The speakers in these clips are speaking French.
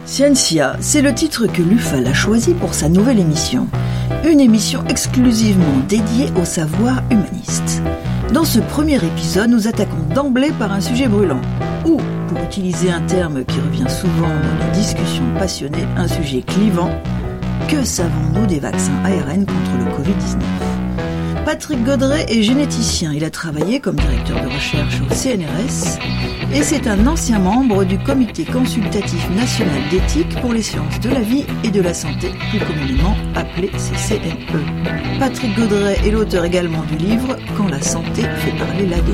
Scientia, c'est le titre que l'UFAL a choisi pour sa nouvelle émission. Une émission exclusivement dédiée au savoir humaniste. Dans ce premier épisode, nous attaquons d'emblée par un sujet brûlant. Ou, pour utiliser un terme qui revient souvent dans les discussions passionnées, un sujet clivant. Que savons-nous des vaccins ARN contre le Covid-19 ? Patrick Godret est généticien. Il a travaillé comme directeur de recherche au CNRS et c'est un ancien membre du Comité consultatif national d'éthique pour les sciences de la vie et de la santé, plus communément appelé CCNE. Patrick Godret est l'auteur également du livre « Quand la santé fait parler l'ADN ».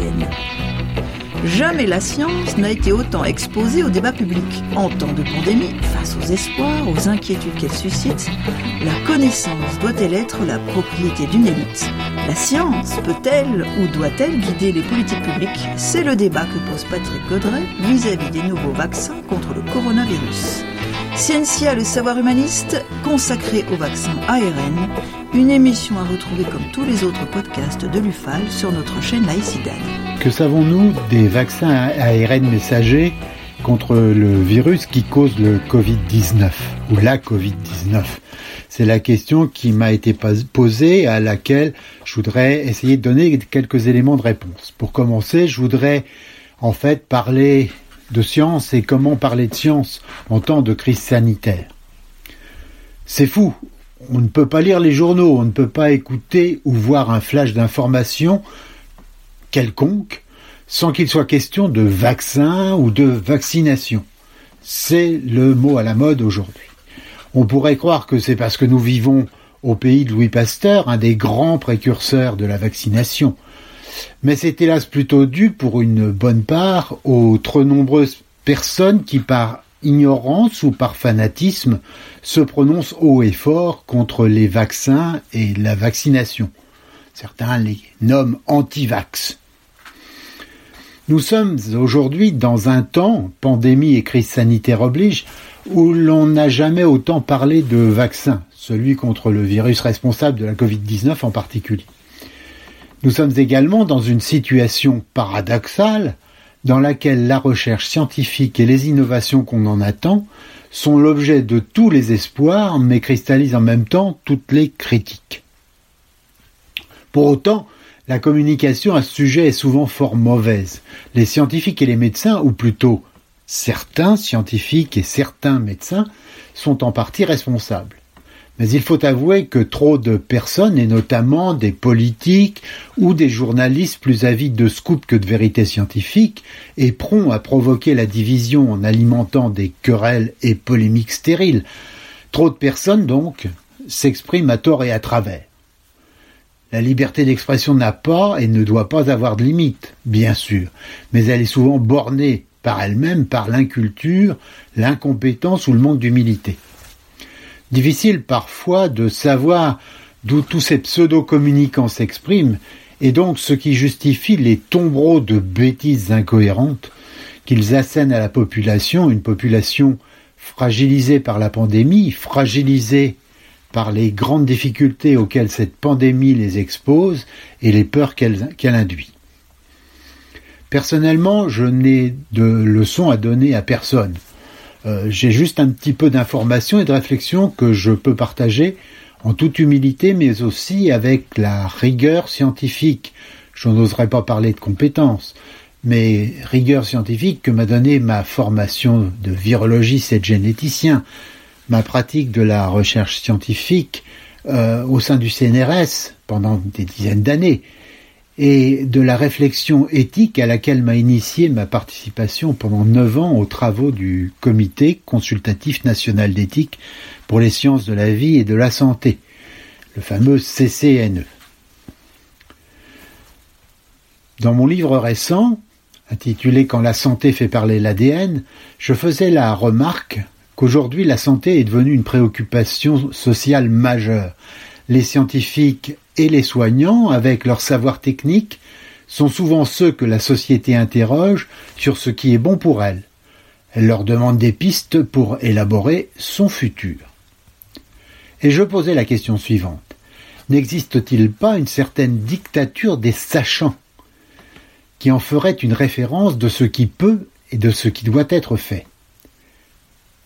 Jamais la science n'a été autant exposée au débat public. En temps de pandémie, face aux espoirs, aux inquiétudes qu'elle suscite, la connaissance doit-elle être la propriété d'une élite ? La science peut-elle ou doit-elle guider les politiques publiques ? C'est le débat que pose Patrick Godret vis-à-vis des nouveaux vaccins contre le coronavirus. Scientia, le savoir humaniste, consacré au vaccin ARN, une émission à retrouver comme tous les autres podcasts de l'UFAL sur notre chaîne Laïcidad. Que savons-nous des vaccins ARN messagers contre le virus qui cause le Covid-19 ou la Covid-19 ? C'est la question qui m'a été posée, à laquelle je voudrais essayer de donner quelques éléments de réponse. Pour commencer, je voudrais en fait parler de science et comment parler de science en temps de crise sanitaire. C'est fou, on ne peut pas lire les journaux, on ne peut pas écouter ou voir un flash d'information quelconque sans qu'il soit question de vaccin ou de vaccination. C'est le mot à la mode aujourd'hui. On pourrait croire que c'est parce que nous vivons au pays de Louis Pasteur, un des grands précurseurs de la vaccination. Mais c'est hélas plutôt dû pour une bonne part aux trop nombreuses personnes qui, par ignorance ou par fanatisme, se prononcent haut et fort contre les vaccins et la vaccination. Certains les nomment anti-vax. Nous sommes aujourd'hui dans un temps, pandémie et crise sanitaire oblige, où l'on n'a jamais autant parlé de vaccin, celui contre le virus responsable de la Covid-19 en particulier. Nous sommes également dans une situation paradoxale dans laquelle la recherche scientifique et les innovations qu'on en attend sont l'objet de tous les espoirs, mais cristallisent en même temps toutes les critiques. Pour autant, la communication à ce sujet est souvent fort mauvaise. Les scientifiques et les médecins, ou plutôt certains scientifiques et certains médecins, sont en partie responsables. Mais il faut avouer que trop de personnes, et notamment des politiques ou des journalistes plus avides de scoop que de vérité scientifique, et prompts à provoquer la division en alimentant des querelles et polémiques stériles, trop de personnes, donc, s'expriment à tort et à travers. La liberté d'expression n'a pas et ne doit pas avoir de limite, bien sûr, mais elle est souvent bornée par elle-même par l'inculture, l'incompétence ou le manque d'humilité. Difficile parfois de savoir d'où tous ces pseudo-communicants s'expriment, et donc ce qui justifie les tombereaux de bêtises incohérentes qu'ils assènent à la population, une population fragilisée par la pandémie, fragilisée par les grandes difficultés auxquelles cette pandémie les expose et les peurs qu'elle induit. Personnellement, je n'ai de leçons à donner à personne. J'ai juste un petit peu d'informations et de réflexions que je peux partager en toute humilité, mais aussi avec la rigueur scientifique. Je n'oserais pas parler de compétences, mais rigueur scientifique que m'a donnée ma formation de virologiste et de généticien, ma pratique de la recherche scientifique au sein du CNRS pendant des dizaines d'années, et de la réflexion éthique à laquelle m'a initié ma participation pendant 9 ans aux travaux du Comité consultatif national d'éthique pour les sciences de la vie et de la santé, le fameux CCNE. Dans mon livre récent, intitulé « Quand la santé fait parler l'ADN », je faisais la remarque qu'aujourd'hui la santé est devenue une préoccupation sociale majeure. Les scientifiques et les soignants, avec leur savoir technique, sont souvent ceux que la société interroge sur ce qui est bon pour elle. Elle leur demande des pistes pour élaborer son futur. Et je posais la question suivante. N'existe-t-il pas une certaine dictature des sachants qui en ferait une référence de ce qui peut et de ce qui doit être fait ?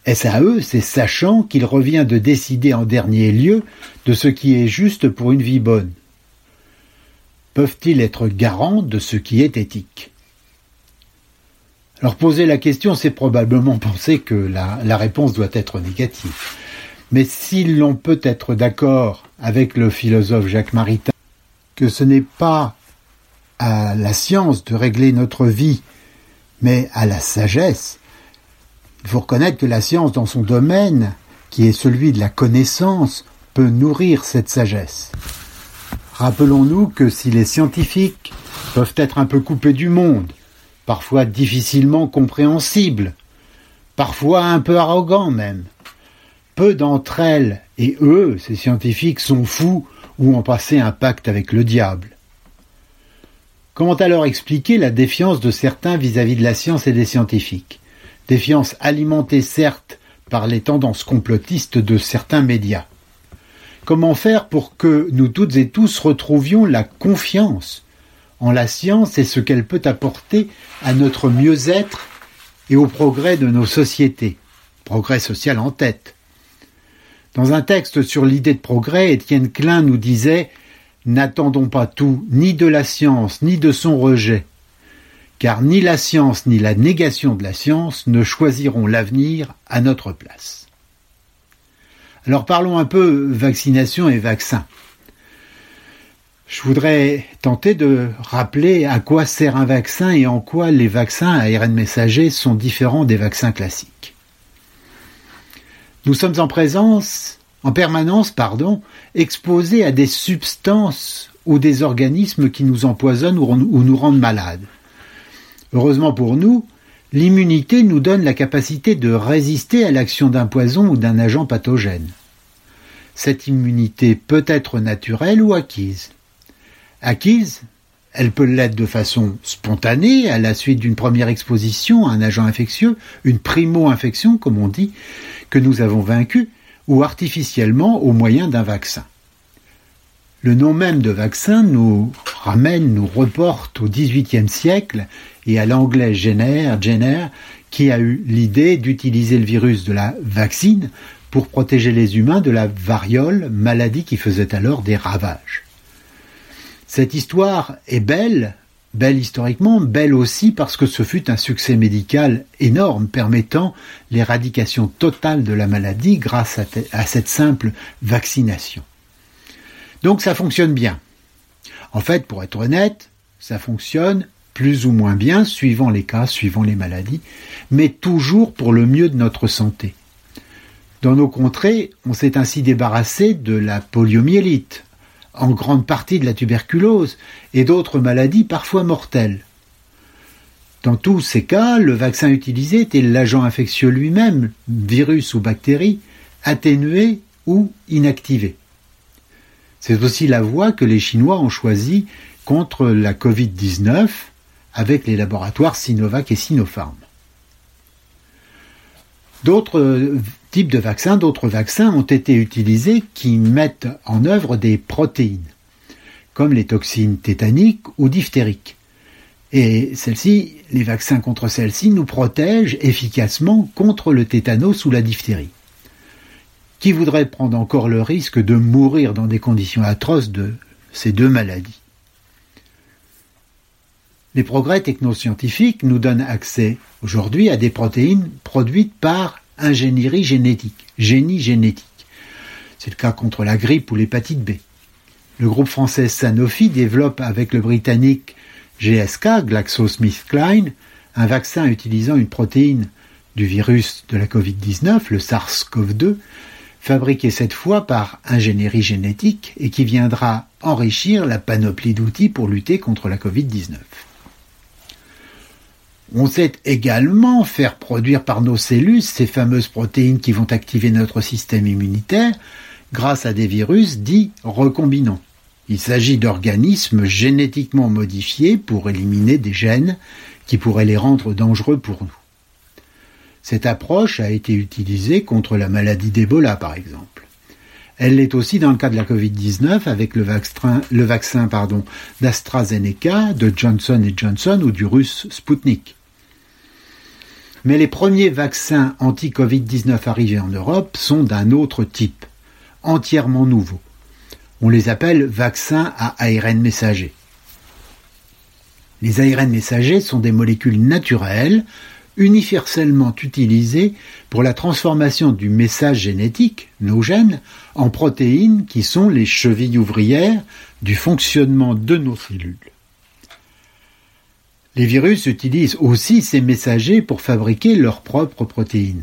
Est-ce à eux, ces sachants, qu'il revient de décider en dernier lieu de ce qui est juste pour une vie bonne? Peuvent-ils être garants de ce qui est éthique? Alors poser la question, c'est probablement penser que la réponse doit être négative. Mais si l'on peut être d'accord avec le philosophe Jacques Maritain que ce n'est pas à la science de régler notre vie, mais à la sagesse, il faut reconnaître que la science, dans son domaine, qui est celui de la connaissance, peut nourrir cette sagesse. Rappelons-nous que si les scientifiques peuvent être un peu coupés du monde, parfois difficilement compréhensibles, parfois un peu arrogants même, peu d'entre elles et eux, ces scientifiques, sont fous ou ont passé un pacte avec le diable. Comment alors expliquer la défiance de certains vis-à-vis de la science et des scientifiques? Défiance alimentée certes par les tendances complotistes de certains médias. Comment faire pour que nous toutes et tous retrouvions la confiance en la science et ce qu'elle peut apporter à notre mieux-être et au progrès de nos sociétés, progrès social en tête? Dans un texte sur l'idée de progrès, Étienne Klein nous disait « N'attendons pas tout, ni de la science, ni de son rejet, car ni la science ni la négation de la science ne choisiront l'avenir à notre place. » Alors parlons un peu vaccination et vaccin. Je voudrais tenter de rappeler à quoi sert un vaccin et en quoi les vaccins à ARN messager sont différents des vaccins classiques. Nous sommes en permanence, exposés à des substances ou des organismes qui nous empoisonnent ou nous rendent malades. Heureusement pour nous, l'immunité nous donne la capacité de résister à l'action d'un poison ou d'un agent pathogène. Cette immunité peut être naturelle ou acquise. Acquise, elle peut l'être de façon spontanée, à la suite d'une première exposition à un agent infectieux, une primo-infection, comme on dit, que nous avons vaincue, ou artificiellement au moyen d'un vaccin. Le nom même de vaccin nous reporte au XVIIIe siècle et à l'anglais Jenner, qui a eu l'idée d'utiliser le virus de la vaccine pour protéger les humains de la variole, maladie qui faisait alors des ravages. Cette histoire est belle historiquement, belle aussi parce que ce fut un succès médical énorme permettant l'éradication totale de la maladie grâce à cette simple vaccination. Donc ça fonctionne bien. En fait, pour être honnête, ça fonctionne plus ou moins bien suivant les cas, suivant les maladies, mais toujours pour le mieux de notre santé. Dans nos contrées, on s'est ainsi débarrassé de la poliomyélite, en grande partie de la tuberculose et d'autres maladies parfois mortelles. Dans tous ces cas, le vaccin utilisé était l'agent infectieux lui-même, virus ou bactérie, atténué ou inactivé. C'est aussi la voie que les Chinois ont choisie contre la Covid-19 avec les laboratoires Sinovac et Sinopharm. D'autres types de vaccins, d'autres vaccins ont été utilisés qui mettent en œuvre des protéines, comme les toxines tétaniques ou diphtériques. Et les vaccins contre celles-ci nous protègent efficacement contre le tétanos ou la diphtérie. Qui voudrait prendre encore le risque de mourir dans des conditions atroces de ces deux maladies? Les progrès technoscientifiques nous donnent accès aujourd'hui à des protéines produites par ingénierie génétique, génie génétique. C'est le cas contre la grippe ou l'hépatite B. Le groupe français Sanofi développe avec le britannique GSK, GlaxoSmithKline, un vaccin utilisant une protéine du virus de la Covid-19, le SARS-CoV-2, fabriqué cette fois par ingénierie génétique et qui viendra enrichir la panoplie d'outils pour lutter contre la Covid-19. On sait également faire produire par nos cellules ces fameuses protéines qui vont activer notre système immunitaire grâce à des virus dits recombinants. Il s'agit d'organismes génétiquement modifiés pour éliminer des gènes qui pourraient les rendre dangereux pour nous. Cette approche a été utilisée contre la maladie d'Ebola, par exemple. Elle l'est aussi dans le cas de la Covid-19 avec le vaccin d'AstraZeneca, de Johnson & Johnson ou du russe Sputnik. Mais les premiers vaccins anti-Covid-19 arrivés en Europe sont d'un autre type, entièrement nouveaux. On les appelle vaccins à ARN messager. Les ARN messagers sont des molécules naturelles, universellement utilisées pour la transformation du message génétique, nos gènes, en protéines qui sont les chevilles ouvrières du fonctionnement de nos cellules. Les virus utilisent aussi ces messagers pour fabriquer leurs propres protéines.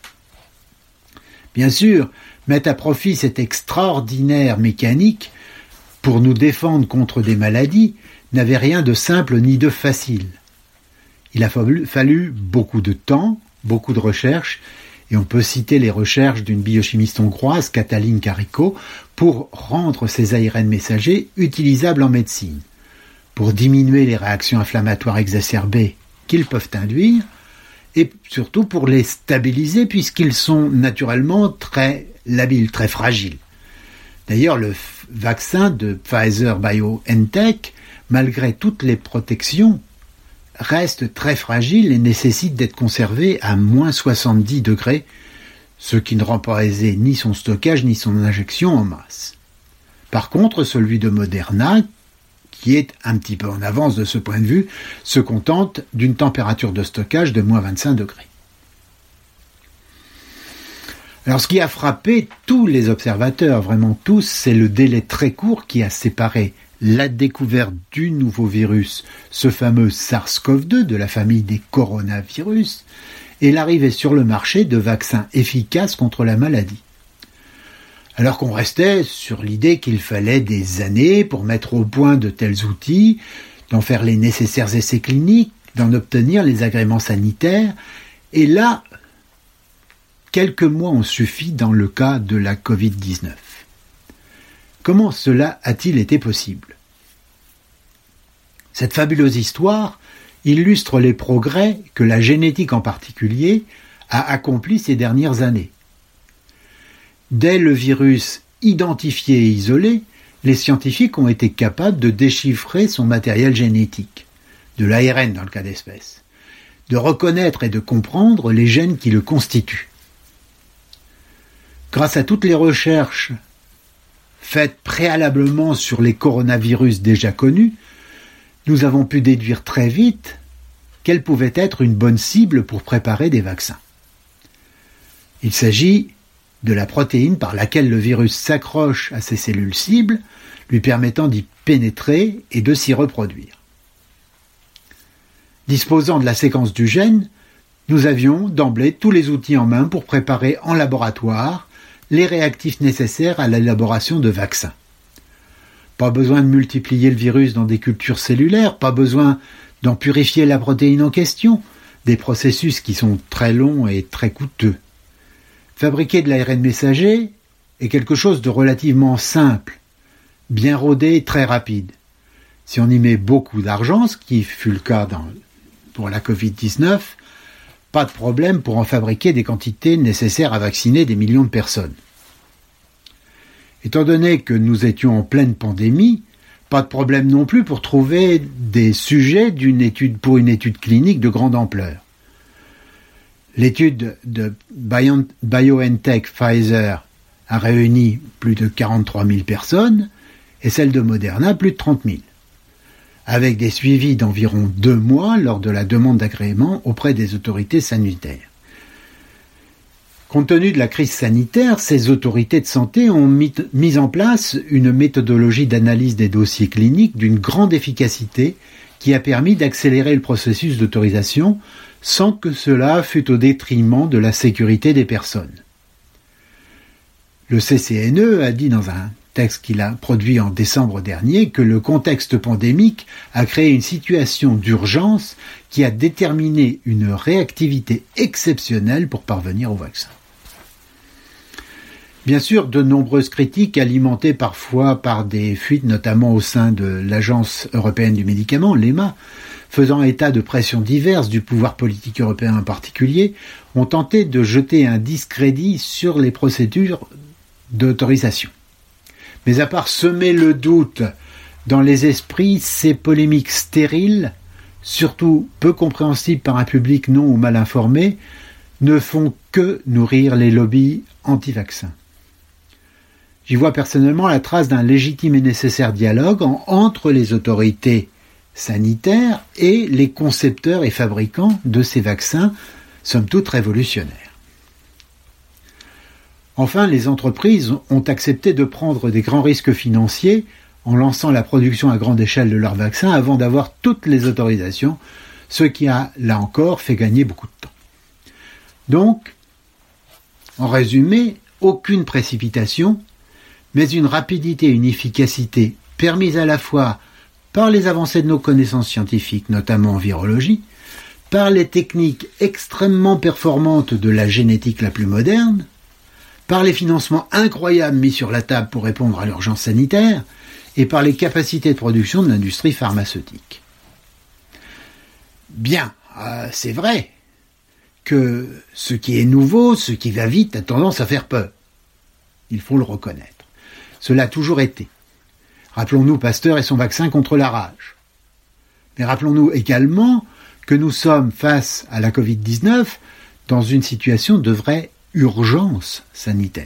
Bien sûr, mettre à profit cette extraordinaire mécanique pour nous défendre contre des maladies n'avait rien de simple ni de facile. Il a fallu beaucoup de temps, beaucoup de recherches, et on peut citer les recherches d'une biochimiste hongroise, Katalin Karikó, pour rendre ces ARN messagers utilisables en médecine, pour diminuer les réactions inflammatoires exacerbées qu'ils peuvent induire, et surtout pour les stabiliser puisqu'ils sont naturellement très labiles, très fragiles. D'ailleurs, le vaccin de Pfizer-BioNTech, malgré toutes les protections, reste très fragile et nécessite d'être conservé à moins 70 degrés, ce qui ne rend pas aisé ni son stockage ni son injection en masse. Par contre, celui de Moderna, qui est un petit peu en avance de ce point de vue, se contente d'une température de stockage de moins 25 degrés. Alors ce qui a frappé tous les observateurs, vraiment tous, c'est le délai très court qui a séparé la découverte du nouveau virus, ce fameux SARS-CoV-2 de la famille des coronavirus, et l'arrivée sur le marché de vaccins efficaces contre la maladie. Alors qu'on restait sur l'idée qu'il fallait des années pour mettre au point de tels outils, d'en faire les nécessaires essais cliniques, d'en obtenir les agréments sanitaires, et là, quelques mois ont suffi dans le cas de la Covid-19. Comment cela a-t-il été possible ? Cette fabuleuse histoire illustre les progrès que la génétique en particulier a accomplis ces dernières années. Dès le virus identifié et isolé, les scientifiques ont été capables de déchiffrer son matériel génétique, de l'ARN dans le cas d'espèce, de reconnaître et de comprendre les gènes qui le constituent. Grâce à toutes les recherches faites préalablement sur les coronavirus déjà connus, nous avons pu déduire très vite quelle pouvait être une bonne cible pour préparer des vaccins. Il s'agit de la protéine par laquelle le virus s'accroche à ces cellules cibles, lui permettant d'y pénétrer et de s'y reproduire. Disposant de la séquence du gène, nous avions d'emblée tous les outils en main pour préparer en laboratoire les réactifs nécessaires à l'élaboration de vaccins. Pas besoin de multiplier le virus dans des cultures cellulaires, pas besoin d'en purifier la protéine en question, des processus qui sont très longs et très coûteux. Fabriquer de l'ARN messager est quelque chose de relativement simple, bien rodé et très rapide. Si on y met beaucoup d'argent, ce qui fut le cas pour la Covid-19, pas de problème pour en fabriquer des quantités nécessaires à vacciner des millions de personnes. Étant donné que nous étions en pleine pandémie, pas de problème non plus pour trouver des sujets pour une étude clinique de grande ampleur. L'étude de BioNTech Pfizer a réuni plus de 43 000 personnes et celle de Moderna plus de 30 000, avec des suivis d'environ 2 mois lors de la demande d'agrément auprès des autorités sanitaires. Compte tenu de la crise sanitaire, ces autorités de santé ont mis en place une méthodologie d'analyse des dossiers cliniques d'une grande efficacité qui a permis d'accélérer le processus d'autorisation sans que cela fût au détriment de la sécurité des personnes. Le CCNE a dit dans un texte qu'il a produit en décembre dernier que le contexte pandémique a créé une situation d'urgence qui a déterminé une réactivité exceptionnelle pour parvenir au vaccin. Bien sûr, de nombreuses critiques alimentées parfois par des fuites, notamment au sein de l'Agence européenne du médicament, l'EMA, faisant état de pressions diverses du pouvoir politique européen en particulier, ont tenté de jeter un discrédit sur les procédures d'autorisation. Mais à part semer le doute dans les esprits, ces polémiques stériles surtout peu compréhensibles par un public non ou mal informé, ne font que nourrir les lobbies anti-vaccins. J'y vois personnellement la trace d'un légitime et nécessaire dialogue entre les autorités sanitaires et les concepteurs et fabricants de ces vaccins, somme toute révolutionnaires. Enfin, les entreprises ont accepté de prendre des grands risques financiers en lançant la production à grande échelle de leurs vaccins avant d'avoir toutes les autorisations, ce qui a, là encore, fait gagner beaucoup de temps. Donc, en résumé, aucune précipitation, mais une rapidité et une efficacité permises à la fois par les avancées de nos connaissances scientifiques, notamment en virologie, par les techniques extrêmement performantes de la génétique la plus moderne, par les financements incroyables mis sur la table pour répondre à l'urgence sanitaire, et par les capacités de production de l'industrie pharmaceutique. Bien, c'est vrai que ce qui est nouveau, ce qui va vite, a tendance à faire peur. Il faut le reconnaître. Cela a toujours été. Rappelons-nous Pasteur et son vaccin contre la rage. Mais rappelons-nous également que nous sommes face à la Covid-19 dans une situation de vraie urgence sanitaire.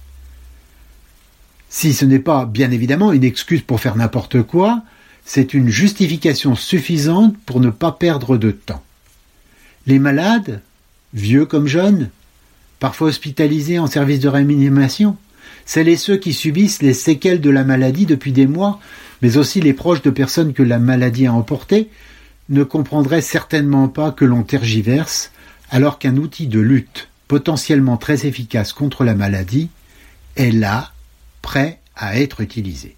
Si ce n'est pas, bien évidemment, une excuse pour faire n'importe quoi, c'est une justification suffisante pour ne pas perdre de temps. Les malades, vieux comme jeunes, parfois hospitalisés en service de réanimation, celles et ceux qui subissent les séquelles de la maladie depuis des mois, mais aussi les proches de personnes que la maladie a emportées, ne comprendraient certainement pas que l'on tergiverse alors qu'un outil de lutte potentiellement très efficace contre la maladie est là, prêt à être utilisé.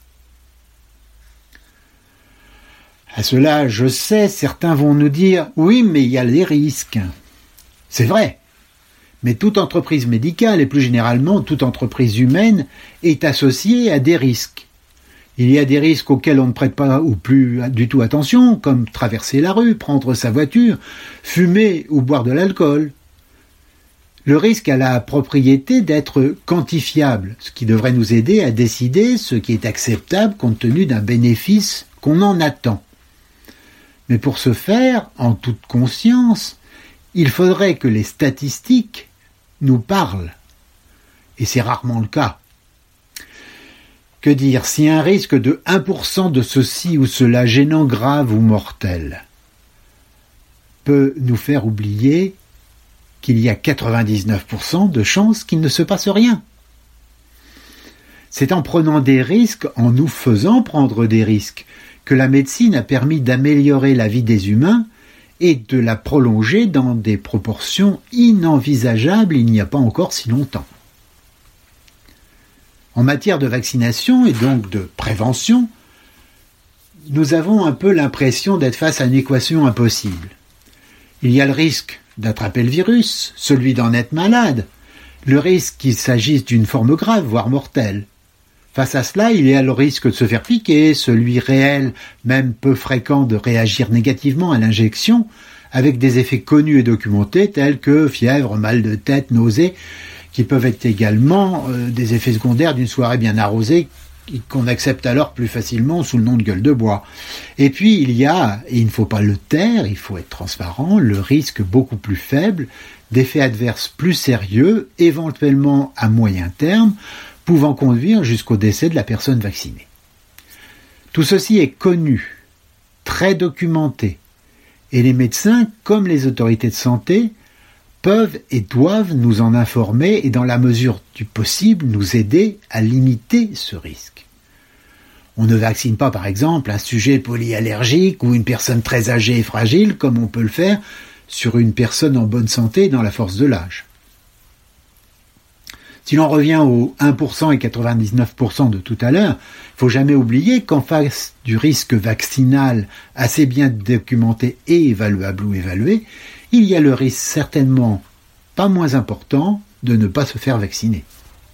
À cela, je sais, certains vont nous dire « Oui, mais il y a des risques ». C'est vrai, mais toute entreprise médicale et plus généralement toute entreprise humaine est associée à des risques. Il y a des risques auxquels on ne prête pas ou plus du tout attention, comme traverser la rue, prendre sa voiture, fumer ou boire de l'alcool. Le risque a la propriété d'être quantifiable, ce qui devrait nous aider à décider ce qui est acceptable compte tenu d'un bénéfice qu'on en attend. Mais pour ce faire, en toute conscience, il faudrait que les statistiques nous parlent. Et c'est rarement le cas. Que dire, si un risque de 1% de ceci ou cela gênant, grave ou mortel peut nous faire oublier qu'il y a 99% de chances qu'il ne se passe rien. C'est en prenant des risques, en nous faisant prendre des risques, que la médecine a permis d'améliorer la vie des humains et de la prolonger dans des proportions inenvisageables il n'y a pas encore si longtemps. En matière de vaccination et donc de prévention, nous avons un peu l'impression d'être face à une équation impossible. Il y a le risque d'attraper le virus, celui d'en être malade, le risque qu'il s'agisse d'une forme grave, voire mortelle. Face à cela, il y a le risque de se faire piquer, celui réel, même peu fréquent, de réagir négativement à l'injection, avec des effets connus et documentés tels que fièvre, mal de tête, nausées, qui peuvent être également des effets secondaires d'une soirée bien arrosée qu'on accepte alors plus facilement sous le nom de gueule de bois. Et puis il y a, et il ne faut pas le taire, il faut être transparent, le risque beaucoup plus faible d'effets adverses plus sérieux, éventuellement à moyen terme, pouvant conduire jusqu'au décès de la personne vaccinée. Tout ceci est connu, très documenté, et les médecins, comme les autorités de santé, peuvent et doivent nous en informer et dans la mesure du possible nous aider à limiter ce risque. On ne vaccine pas par exemple un sujet polyallergique ou une personne très âgée et fragile comme on peut le faire sur une personne en bonne santé dans la force de l'âge. Si l'on revient aux 1% et 99% de tout à l'heure, il ne faut jamais oublier qu'en face du risque vaccinal assez bien documenté et évaluable ou évalué, il y a le risque certainement pas moins important de ne pas se faire vacciner.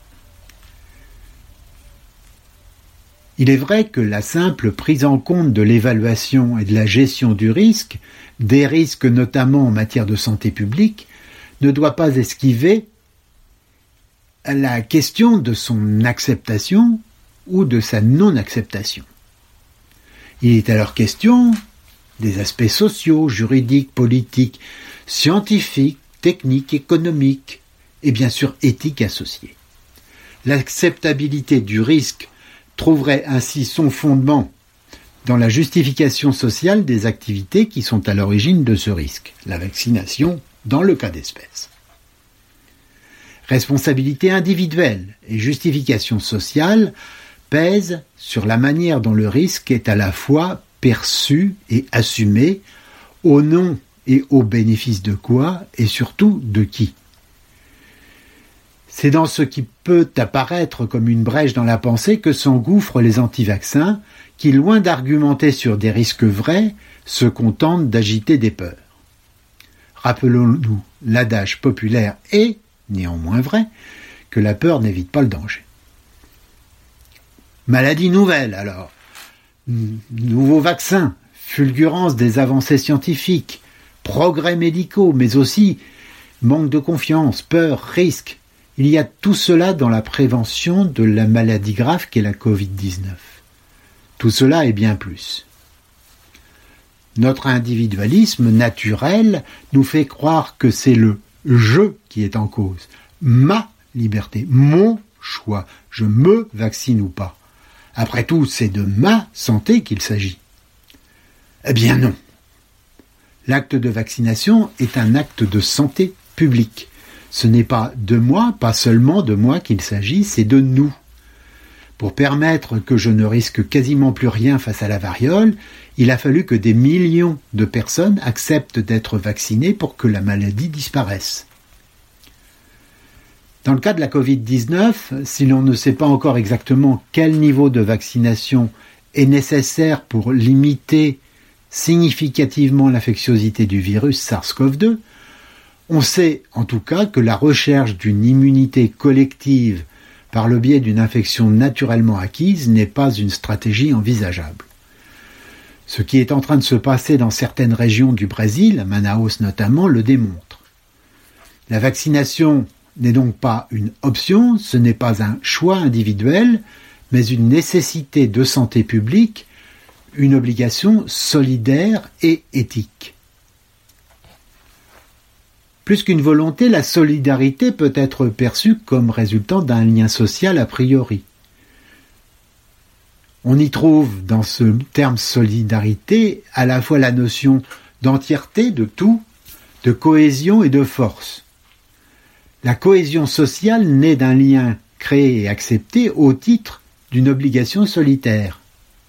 Il est vrai que la simple prise en compte de l'évaluation et de la gestion du risque, des risques notamment en matière de santé publique, ne doit pas esquiver la question de son acceptation ou de sa non-acceptation. Il est alors question des aspects sociaux, juridiques, politiques, scientifiques, techniques, économiques et bien sûr éthiques associés. L'acceptabilité du risque trouverait ainsi son fondement dans la justification sociale des activités qui sont à l'origine de ce risque, la vaccination dans le cas d'espèce. Responsabilité individuelle et justification sociale pèsent sur la manière dont le risque est à la fois perçu et assumé, au nom et au bénéfice de quoi et surtout de qui. C'est dans ce qui peut apparaître comme une brèche dans la pensée que s'engouffrent les anti-vaccins qui, loin d'argumenter sur des risques vrais, se contentent d'agiter des peurs. Rappelons-nous l'adage populaire et, néanmoins vrai, que la peur n'évite pas le danger. Maladie nouvelle alors, nouveaux vaccins, fulgurance des avancées scientifiques, progrès médicaux, mais aussi manque de confiance, peur, risque. Il y a tout cela dans la prévention de la maladie grave qu'est la Covid-19. Tout cela et bien plus. Notre individualisme naturel nous fait croire que c'est le « je » qui est en cause, ma liberté, mon choix, je me vaccine ou pas. Après tout, c'est de ma santé qu'il s'agit. Eh bien non. L'acte de vaccination est un acte de santé publique. Ce n'est pas de moi, pas seulement de moi qu'il s'agit, c'est de nous. Pour permettre que je ne risque quasiment plus rien face à la variole, il a fallu que des millions de personnes acceptent d'être vaccinées pour que la maladie disparaisse. Dans le cas de la Covid-19, si l'on ne sait pas encore exactement quel niveau de vaccination est nécessaire pour limiter significativement l'infectiosité du virus SARS-CoV-2, on sait en tout cas que la recherche d'une immunité collective par le biais d'une infection naturellement acquise n'est pas une stratégie envisageable. Ce qui est en train de se passer dans certaines régions du Brésil, à Manaus notamment, le démontre. La vaccination n'est donc pas une option, ce n'est pas un choix individuel, mais une nécessité de santé publique, une obligation solidaire et éthique. Plus qu'une volonté, la solidarité peut être perçue comme résultant d'un lien social a priori. On y trouve dans ce terme solidarité à la fois la notion d'entièreté de tout, de cohésion et de force. La cohésion sociale naît d'un lien créé et accepté au titre d'une obligation solidaire.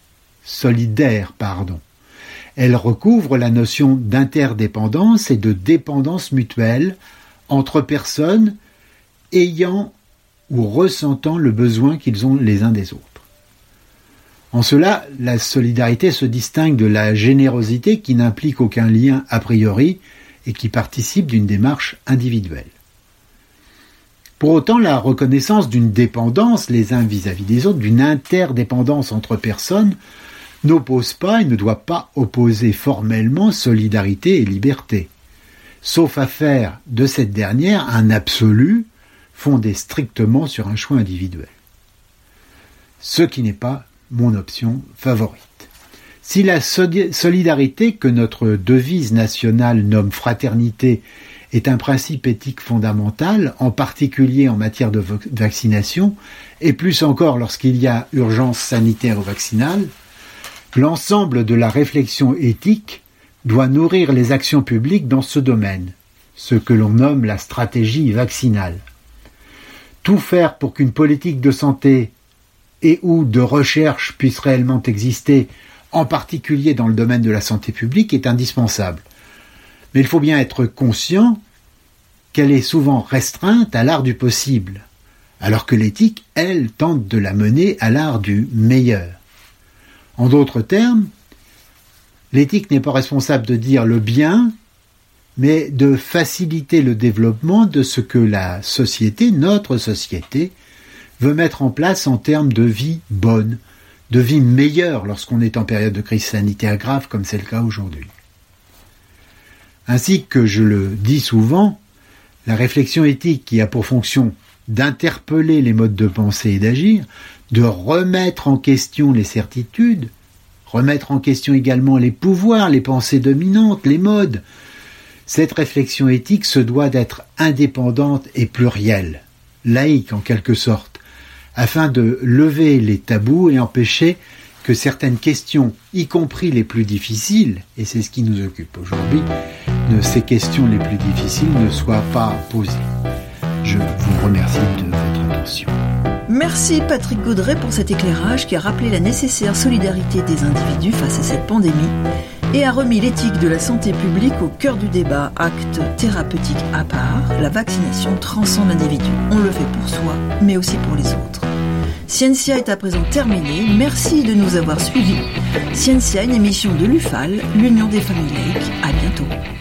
Elle recouvre la notion d'interdépendance et de dépendance mutuelle entre personnes ayant ou ressentant le besoin qu'ils ont les uns des autres. En cela, la solidarité se distingue de la générosité qui n'implique aucun lien a priori et qui participe d'une démarche individuelle. Pour autant, la reconnaissance d'une dépendance les uns vis-à-vis des autres, d'une interdépendance entre personnes, n'oppose pas et ne doit pas opposer formellement solidarité et liberté, sauf à faire de cette dernière un absolu fondé strictement sur un choix individuel. Ce qui n'est pas mon option favorite. Si la solidarité que notre devise nationale nomme fraternité est un principe éthique fondamental, en particulier en matière de vaccination, et plus encore lorsqu'il y a urgence sanitaire ou vaccinale, l'ensemble de la réflexion éthique doit nourrir les actions publiques dans ce domaine, ce que l'on nomme la stratégie vaccinale. Tout faire pour qu'une politique de santé et ou de recherche puisse réellement exister, en particulier dans le domaine de la santé publique, est indispensable. Mais il faut bien être conscient qu'elle est souvent restreinte à l'art du possible, alors que l'éthique, elle, tente de la mener à l'art du meilleur. En d'autres termes, l'éthique n'est pas responsable de dire le bien, mais de faciliter le développement de ce que la société, notre société, veut mettre en place en termes de vie bonne, de vie meilleure lorsqu'on est en période de crise sanitaire grave comme c'est le cas aujourd'hui. Ainsi que je le dis souvent, la réflexion éthique qui a pour fonction d'interpeller les modes de pensée et d'agir, de remettre en question les certitudes, remettre en question également les pouvoirs, les pensées dominantes, les modes. Cette réflexion éthique se doit d'être indépendante et plurielle, laïque en quelque sorte, afin de lever les tabous et empêcher que certaines questions, y compris les plus difficiles, et c'est ce qui nous occupe aujourd'hui, ces questions les plus difficiles ne soient pas posées. Je vous remercie de votre attention. Merci Patrick Gaudret pour cet éclairage qui a rappelé la nécessaire solidarité des individus face à cette pandémie et a remis l'éthique de la santé publique au cœur du débat. Acte thérapeutique à part, la vaccination transcende l'individu. On le fait pour soi, mais aussi pour les autres. Scientia est à présent terminée. Merci de nous avoir suivis. Scientia, une émission de l'UFAL, l'Union des familles laïques. À bientôt.